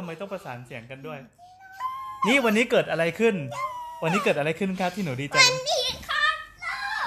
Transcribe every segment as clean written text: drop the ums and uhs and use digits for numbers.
ไมต้องประสานเสียงกันด้วยนี่วันนี้เกิดอะไรขึ้นวันนี้เกิดอะไรขึ้นครับที่หนูดีใจวันนี้คลอดแล้ว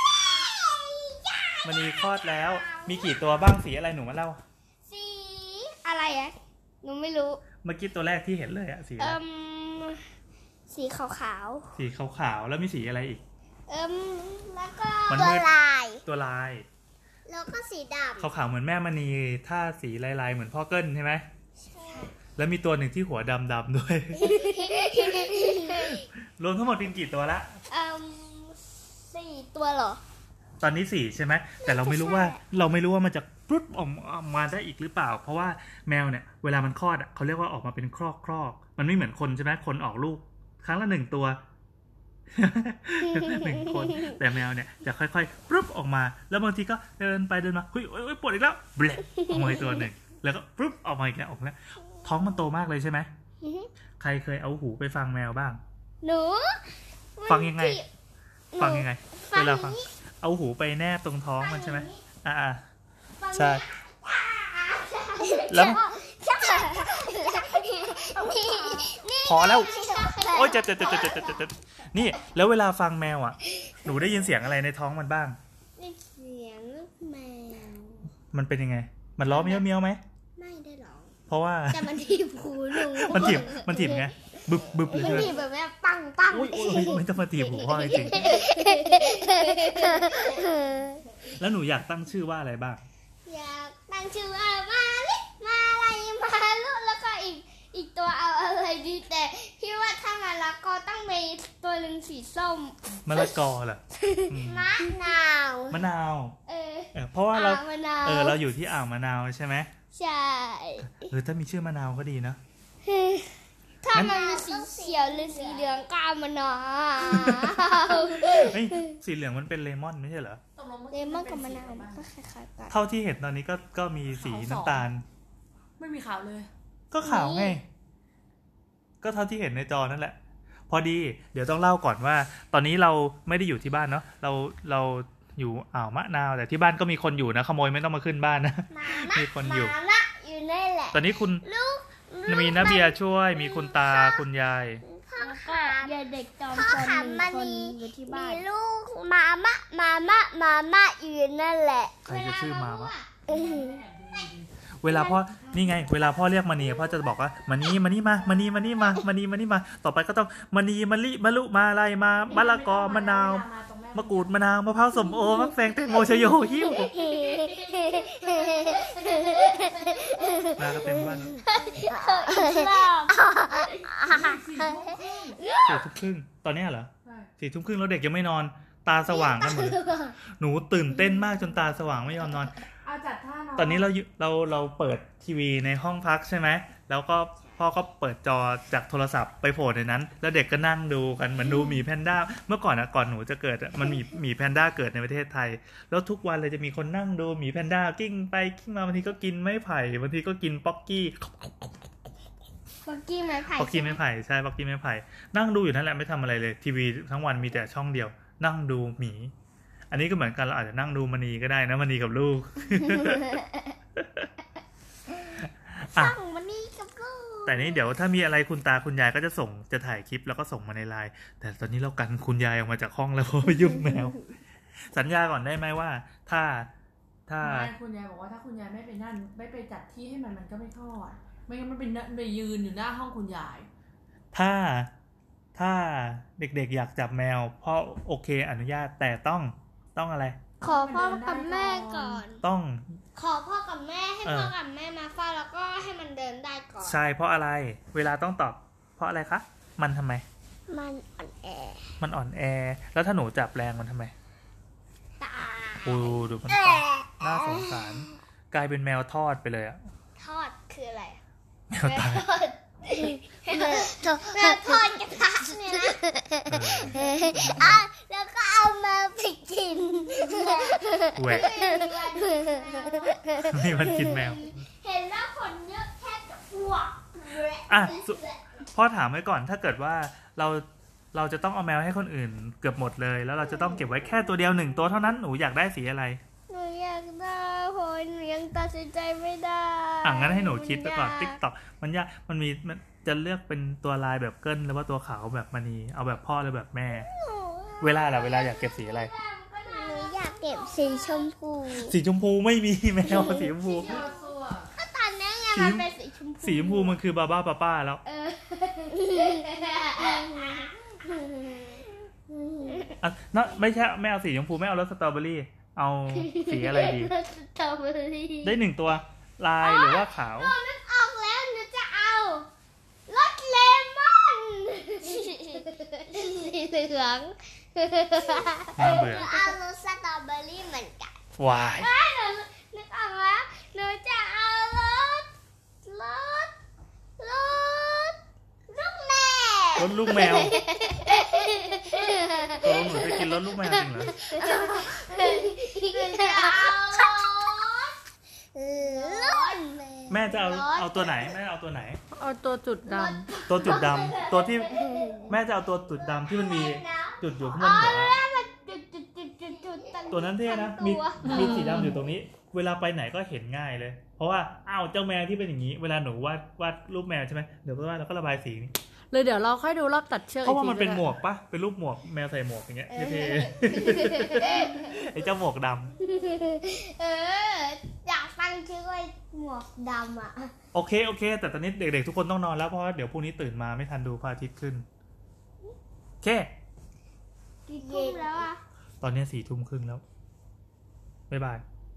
มันมีคลอดแล้วมีกี่ตัวบ้างสีอะไรหนูมาเล่าสีอะไรอะหนูไม่รู้เมื่อกี้ตัวแรกที่เห็นเลยอะสีอะไรสีขาวๆสีขาวๆแล้วมีสีอะไรอีกแล้วก็ตัวลายแล้วก็สีดำขาวๆเหมือนแม่มณีถ้าสีลายๆเหมือนพ่อเกิ้ลใช่ไหมใช่แล้วมีตัวหนึ่งที่หัวดำๆด้วย รวมทั้งหมดเป็นกี่ตัวละ 4 ตัวเหรอตอนนี้4ใช่ไหมแต่เราไม่รู้ว่ามันจะปุ๊บออกมาได้อีกหรือเปล่าเพราะว่าแมวเนี่ยเวลามันคลอดอ่ะเขาเรียกว่าออกมาเป็นครอกมันไม่เหมือนคนใช่ไหมคนออกลูกครั้งละ1 ตัว 1 คนแต่แมวเนี่ยจะค่อยๆปุ๊บออกมาแล้วบางทีก็เดินไปเดินมาเฮ้ยปวดอีกแล้วแบล็ออกมาอีกตัวหนึ่งแล้วก็ปุ๊บออกมาอีกแล้วท้องมันโตมากเลยใช่ไหมใครเคยเอาหูไปฟังแมวบ้างหนูฟังยังไงเวลาฟังเอาหูไปแนบตรงท้องมันใช่ไหมใช่แล้วพอแล้วโอ๊ยเจ็บนี่แล้วเวลาฟังแมวอ่ะหนูได้ยินเสียงอะไรในท้องมันบ้างเสียงแมวมันเป็นยังไงมันร้องเมี้ยวไหมไม่ได้ร้องเพราะว่าแต่มันถีบหูหนูมันถีบไงบึบเลยใช่ไหมมันถีบแบบนี้ปังอุ้ยไม่ต้องมาถีบหูพ่อจริงแล้วหนูอยากตั้งชื่อว่าอะไรบ้างอยากตั้งชื่อว่ามาลิมาอะไรมาลุแล้วก็อีกตัวเอาอะไรดีแต่พี่ว่าถ้ามะละกอต้องมีตัวหนึ่งสีส้มมะละกอเหรอมะนาวเพราะว่าเราอยู่ที่อ่าวมะนาวใช่ไหมใช่ถ้ามีชื่อมะนาวก็ดีนะถ้ามันมีสีเขียวหรือสีเหลืองก็เอามะนาวสีเหลืองมันเป็นเลมอนไม่ใช่เหรอเลมอนกับมะนาวก็คล้ายๆกันเท่าที่เห็นตอนนี้ก็มีสีน้ำตาลไม่มีขาวเลยก็ขาวไงก็เท่าที่เห็นในจอนั่นแหละพอดีเดี๋ยวต้องเล่าก่อนว่าตอนนี้เราไม่ได้อยู่ที่บ้านเนาะเราอยู่อ่าวมะนาวแต่ที่บ้านก็มีคนอยู่นะขโมยไม่ต้องมาขึ้นบ้านนะมีคนอยู่นั่นแหละตอนนี้คุณมีน้าเบียร์ช่วยมีคุณตาคุณยายแล้วก็ยายเด็กจอมซน1 คนอยู่ที่บ้านมีลูกมามะอยู่นั่นแหละใครจะชื่อมามะเวลาพ่อนี่ไงเวลาพ่อเรียกมณีพ่อจะบอกว่ามานี่มาต่อไปก็ต้องมณีมะลิมะลุมาอะไรมามะละกอมะนาวมะกรูดมะนาวมะพร้าวส้มโอมะแฟงแตงโมชโยหิ้วมาก็เต็มบ้าน4:30ตอนนี้เหรอ4:30แล้วเด็กยังไม่นอนตาสว่างกันหมดหนูตื่นเต้นมากจนตาสว่างไม่ยอมนอนตอนนี้เราเปิดทีวีในห้องพักใช่ไหมแล้วก็พ่อก็เปิดจอจากโทรศัพท์ไปโผล่ในนั้นแล้วเด็กก็นั่งดูกันเหมือนดูหมีแพนด้าเมื่อก่อนก่อนหนูจะเกิดมันมีหมีแพนด้าเกิดในประเทศไทยแล้วทุกวันเลยจะมีคนนั่งดูหมีแพนด้ากิ้งไปกิ้งมาบางทีก็กินไม้ไผ่บางทีก็กินป๊อกกี้ไม้ไผ่ป๊อกกี้ไม้ไผ่ใช่ป๊อกกี้ไม้ไผ่นั่งดูอยู่นั่นแหละไม่ทำอะไรเลยทีวีทั้งวันมีแต่ช่องเดียวนั่งดูหมีอันนี้ก็เหมือนกันเราอาจจะนั่งดูมณีก็ได้นะมณีกับลูกสั่งมณีกับลูกแต่นี้เดี๋ยวถ้ามีอะไรคุณตาคุณยายก็จะถ่ายคลิปแล้วก็ส่งมาในไลน์แต่ตอนนี้เรากันคุณยายออกมาจากห้องแล้วเพราะว่ายุ่งแมวสัญญาก่อนได้ไหมว่าถ้าคุณยายบอกว่าถ้าคุณยายไม่ไปนั่นไม่ไปจัดที่ให้มันก็ไม่ทอดไม่งั้นมันไปยืนอยู่หน้าห้องคุณยายถ้าเด็กๆอยากจับแมวพ่อโอเคอนุญาตแต่ต้องอะไรขอพ่อกับแม่ก่อนต้องขอพ่อกับแม่ให้พ่อกับแม่มาเฝ้าแล้วก็ให้มันเดินได้ก่อนใช่เพราะอะไรเวลาต้องตอบเพราะอะไรคะมันทำไมมันอ่อนแอแล้วถ้าหนูจับแรงมันทำไมตายดูมันตายน่าสงสารกลายเป็นแมวทอดไปเลยอะทอดคืออะไรแมวตายแม่ทอดกระทะเนี่ยนะแล้วก็เอามาไปกินแหวกนี่มันกินแมวเห็นแล้วคนเยอะแค่จะอ้วกพ่อถามไว้ก่อนถ้าเกิดว่าเราจะต้องเอาแมวให้คนอื่นเกือบหมดเลยแล้วเราจะต้องเก็บไว้แค่ตัวเดียว1 ตัวเท่านั้นหนูอยากได้สีอะไรหนูอยากได้โพยหนูยังตัดสินใจไม่ได้งั้นให้หนูคิดไปก่อน TikTok มันยากมันจะเลือกเป็นตัวลายแบบเกิ้ลหรือว่าตัวขาวแบบมณีเอาแบบพ่อหรือแบบแม่เวลาอยากเก็บสีอะไรหนูอยากเก็บสีชมพูสีชมพูไม่มีแมวสีชมพูก็ตอนนี้ไงมันเป็นสีชมพูสีชมพูมันคือบาบ้าป้าแล้วไม่ใช่ไม่เอาสีชมพูไม่เอารสสตรอเบอรี่เอาสีอะไรดีได้1ตัวลายหรือว่าขาวหนูนึกออกแล้วหนูจะเอารสเลมอนสีเหลืองน่าเบื่อเอารสสตรอเบอรี่เหมือนกันวายหนูนึกออกแล้วหนูจะเอารสลูกแมวตัวหนูจะกินรสลูกแมวจริงเหรอแม่จะเอาตัวไหนแม่เอาตัวไหนเอาตัวจุดดำตัวจุดดำตัวที่แม่จะเอาตัวจุดดำที่มันมีจุดอยู่ข้างบนหัวตัวนั้นเท่นะมีสีดำอยู่ตรงนี้เวลาไปไหนก็เห็นง่ายเลยเพราะว่าเจ้าแมวที่เป็นอย่างนี้เวลาหนูวาดรูปแมวใช่ไหมเดี๋ยวเราก็ระบายสีเลยเดี๋ยวเราค่อยดูรอบตัดเชือกเพราะว่ามันเป็นหมวกปะเป็นรูปหมวกแมวใส่หมวกอย่างเงี้ยเท่ๆไอ้เจ้าหมวกดำอยากฟังชื่อว่าหมวกดำโอเคแต่ตอนนี้เด็กๆทุกคนต้องนอนแล้วเพราะว่าเดี๋ยวพรุ่งนี้ตื่นมาไม่ทันดูพระอาทิตย์ขึ้นโอเคกี่ทุ่มแล้วตอนนี้4 ทุ่มครึ่งแล้วบ๊ายบาย